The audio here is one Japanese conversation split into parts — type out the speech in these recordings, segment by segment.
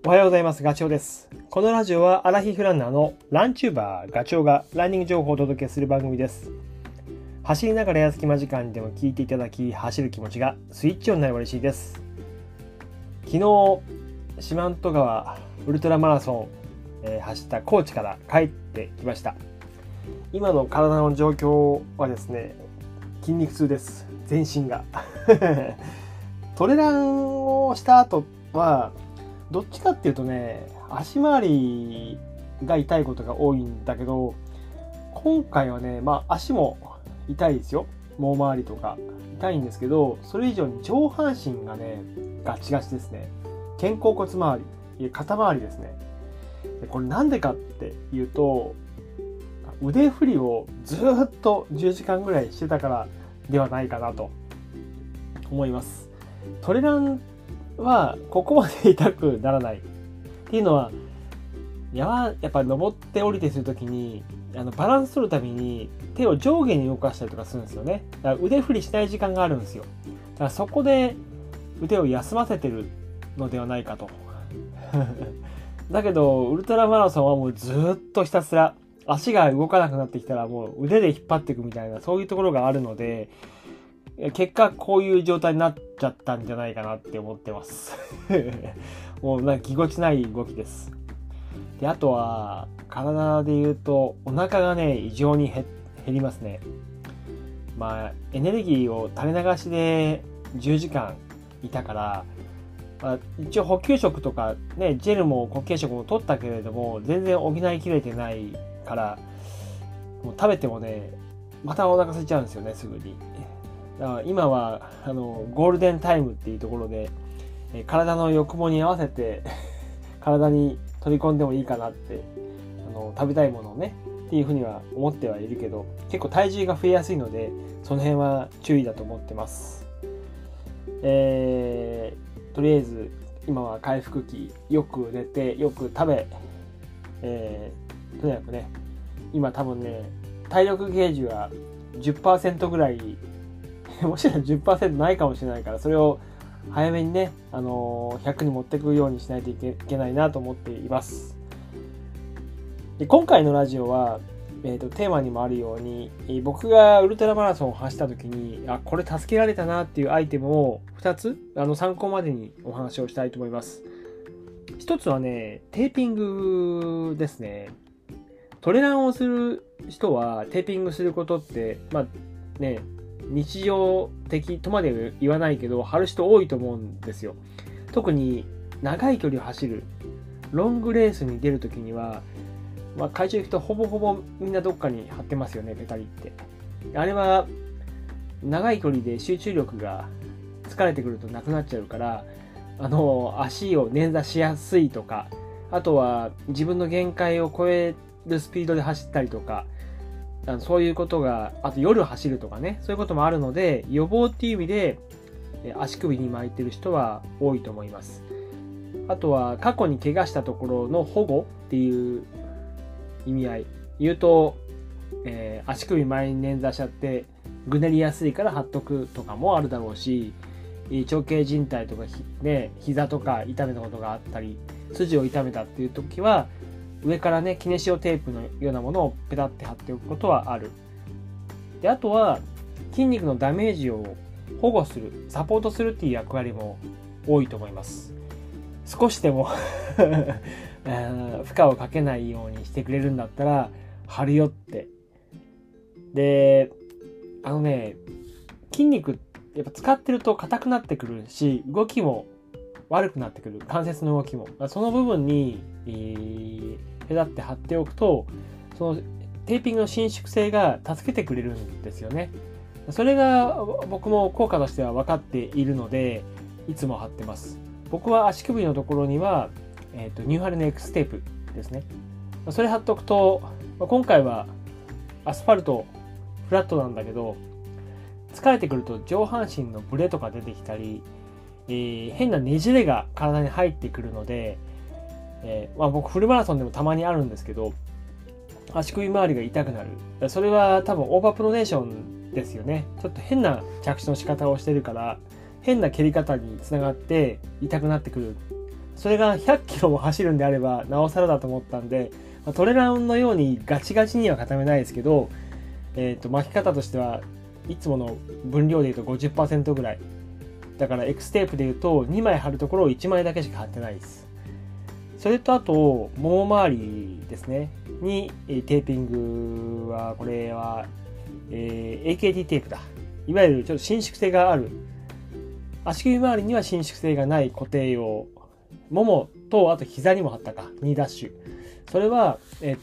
おはようございます。ガチョウです。このラジオはアラヒフランナーのランチューバーガチョウがランニング情報をお届けする番組です。走りながらや隙間時間でも聞いていただき、走る気持ちがスイッチオンになれば嬉しいです。昨日四万十川ウルトラマラソン、走った高知から帰ってきました。今の体の状況はですね、筋肉痛です。全身がトレランをした後はどっちかっていうとね、足回りが痛いことが多いんだけど、今回はね、足も痛いですよ。もも回りとか痛いんですけど、それ以上に上半身がねガチガチですね。肩甲骨周り、肩周りですね。これなんでかっていうと、腕振りをずっと10時間ぐらいしてたからではないかなと思います。トレランはここまで痛くならないっていうのは、やっぱり登って降りてするときにバランス取るために手を上下に動かしたりとかするんですよね。だから腕振りしない時間があるんですよ。だからそこで腕を休ませてるのではないかとだけどウルトラマラソンはもうずっとひたすら足が動かなくなってきたらもう腕で引っ張っていくみたいな、そういうところがあるので、結果こういう状態になっちゃったんじゃないかなって思ってますもうなんかぎこちない動きです。で、あとは体で言うとお腹がね異常に減りますね。エネルギーを垂れ流しで10時間いたから、一応補給食とかね、ジェルも固形食も取ったけれども全然補いきれてないから、もう食べてもねまたお腹空いちゃうんですよね、すぐに。だから今はゴールデンタイムっていうところで、体の欲望に合わせて体に取り込んでもいいかなって、食べたいものをねっていうふうには思ってはいるけど、結構体重が増えやすいのでその辺は注意だと思ってます。とりあえず今は回復期、よく寝てよく食べ、とにかくね今多分ね体力ゲージは 10% ぐらいもしかしたら 10% ないかもしれないから、それを早めにね、100に持っていくようにしないといけないなと思っています。で、今回のラジオは、テーマにもあるように、僕がウルトラマラソンを走った時にこれ助けられたなっていうアイテムを2つ参考までにお話をしたいと思います。一つはね、テーピングですね。トレランをする人はテーピングすることって日常的とまで言わないけど貼る人多いと思うんですよ。特に長い距離を走るロングレースに出るときには、会場行くとほぼほぼみんなどっかに貼ってますよね、ペタリって。あれは長い距離で集中力が疲れてくるとなくなっちゃうから、足を捻挫しやすいとか、あとは自分の限界を超えるスピードで走ったりとか、そういうことが、あと夜走るとかね、そういうこともあるので、予防っていう意味で足首に巻いてる人は多いと思います。あとは過去に怪我したところの保護っていう意味合い言うと、足首前に捻挫しちゃってぐねりやすいから貼っとくとかもあるだろうし、長径靭帯とか膝とか痛めたことがあったり、筋を痛めたっていう時は上からねキネシオテープのようなものをペタって貼っておくことはある。で、あとは筋肉のダメージを保護する、サポートするっていう役割も多いと思います。少しでも負荷をかけないようにしてくれるんだったら貼るよって。で、筋肉やっぱ使ってると硬くなってくるし、動きも悪くなってくる、関節の動きも。その部分にペタって貼っておくと、そのテーピングの伸縮性が助けてくれるんですよね。それが僕も効果としては分かっているので、いつも貼ってます。僕は足首のところには、ニューハルネ X テープですね。それ貼っとくと、今回はアスファルトフラットなんだけど、疲れてくると上半身のブレとか出てきたり、変なねじれが体に入ってくるので、僕フルマラソンでもたまにあるんですけど、足首周りが痛くなる。それは多分オーバープロネーションですよね。ちょっと変な着地の仕方をしてるから、変な蹴り方につながって痛くなってくるそれが100キロも走るんであればなおさらだと思ったんで、トレランのようにガチガチには固めないですけど、巻き方としてはいつもの分量でいうと 50% ぐらいだから、 X テープでいうと2枚貼るところを1枚だけしか貼ってないです。それとあともも周りですねにテーピングは、これは、AKT テープだ。いわゆるちょっと伸縮性がある、足首周りには伸縮性がない固定用、ももとあと膝にも貼ったか、2ダッシュ、それは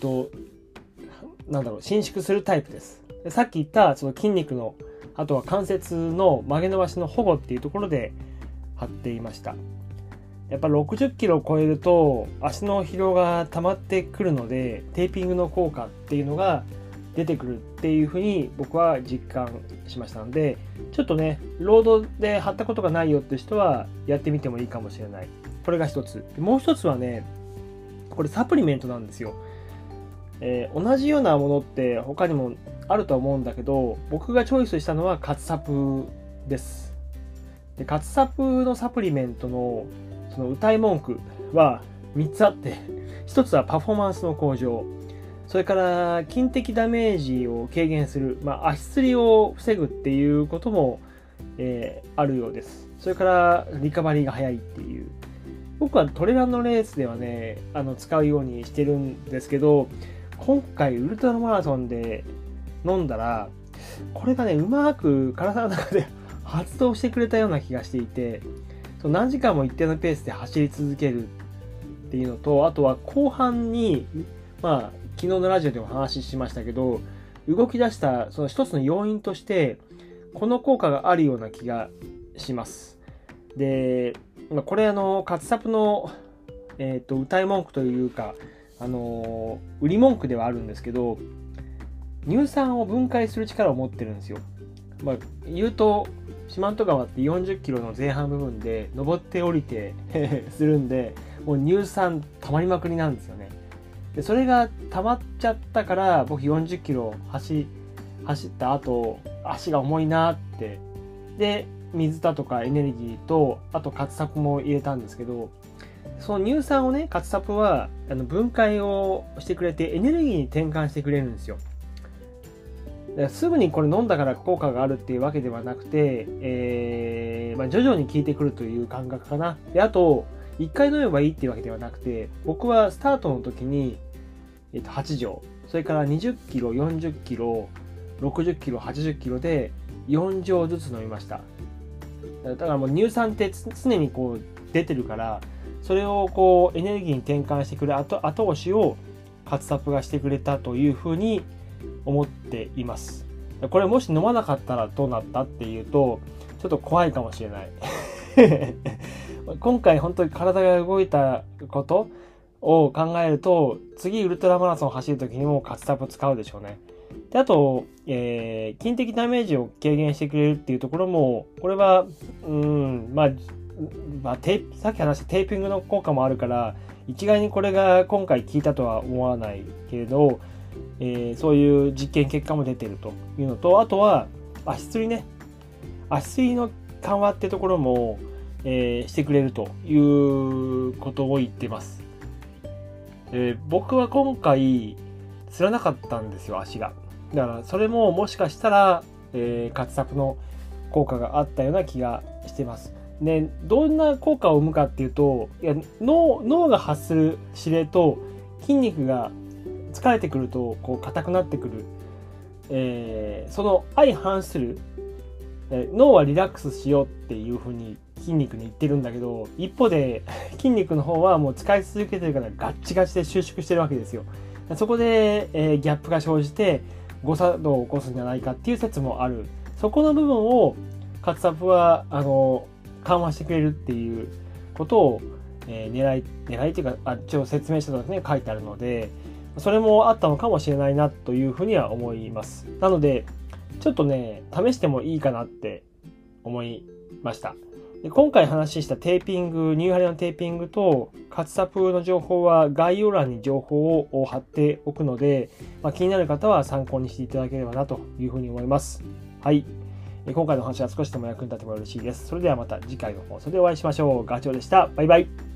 伸縮するタイプです。でさっき言ったその筋肉の、あとは関節の曲げ伸ばしの保護っていうところで貼っていました。やっぱ60キロを超えると足の疲労が溜まってくるので、テーピングの効果っていうのが出てくるっていうふうに僕は実感しましたので、ちょっとねロードで貼ったことがないよって人はやってみてもいいかもしれない。これが一つ。もう一つはね、これサプリメントなんですよ。同じようなものって他にもあるとは思うんだけど、僕がチョイスしたのはカツサプです。でカツサプのサプリメントのその謳い文句は3つあって、1つはパフォーマンスの向上、それから筋的ダメージを軽減する、足つりを防ぐっていうことも、あるようです。それからリカバリーが早いっていう。僕はトレランのレースではね使うようにしてるんですけど、今回ウルトラマラソンで飲んだらこれがねうまく体の中で発動してくれたような気がしていて、何時間も一定のペースで走り続けるっていうのと、あとは後半に昨日のラジオでも話しましたけど、動き出したその一つの要因としてこの効果があるような気がします。でこれカツサプの、謳い文句というか売り文句ではあるんですけど、乳酸を分解する力を持ってるんですよ。言うと四万十川って40キロの前半部分で登って降りてするんで、もう乳酸溜まりまくりなんですよね。でそれが溜まっちゃったから、僕40キロ走った後足が重いなって、で水だとかエネルギーとあとカツサプも入れたんですけど、その乳酸をねカツサプは分解をしてくれてエネルギーに転換してくれるんですよ。すぐにこれ飲んだから効果があるっていうわけではなくて、徐々に効いてくるという感覚かな。であと1回飲めばいいっていうわけではなくて、僕はスタートの時に、8錠、それから20キロ40キロ60キロ80キロで4錠ずつ飲みました。だからもう乳酸って常にこう出てるから、それをこうエネルギーに転換してくれる後押しをカツサプがしてくれたというふうに思っています。これもし飲まなかったらどうなったっていうとちょっと怖いかもしれない今回本当に体が動いたことを考えると、次ウルトラマラソン走る時にもカツサプ使うでしょうね。であと、筋的ダメージを軽減してくれるっていうところも、これはさっき話したテーピングの効果もあるから一概にこれが今回効いたとは思わないけれど、そういう実験結果も出ているというのと、あとは足つりの緩和ってところも、してくれるということを言っています。僕は今回つらなかったんですよ、足が。だからそれももしかしたら、カツサプの効果があったような気がしています。でどんな効果を生むかっていうと、脳が発する指令と筋肉が疲れてくるとこう硬くなってくる、その相反する、脳はリラックスしようっていうふうに筋肉に言ってるんだけど、一方で筋肉の方はもう使い続けてるからガッチガチで収縮してるわけですよ。そこで、ギャップが生じて誤作動を起こすんじゃないかっていう説もある。そこの部分をカツサプは緩和してくれるっていうことを、狙いというか一応説明したときに書いてあるので、それもあったのかもしれないなというふうには思います。なのでちょっとね試してもいいかなって思いました。で今回話したテーピング、ニューハリのテーピングとカツサプの情報は概要欄に情報を貼っておくので、気になる方は参考にしていただければなというふうに思います。はい。今回の話は少しでも役に立てば嬉しいです。それではまた次回の放送でお会いしましょう。ガチョウでした。バイバイ。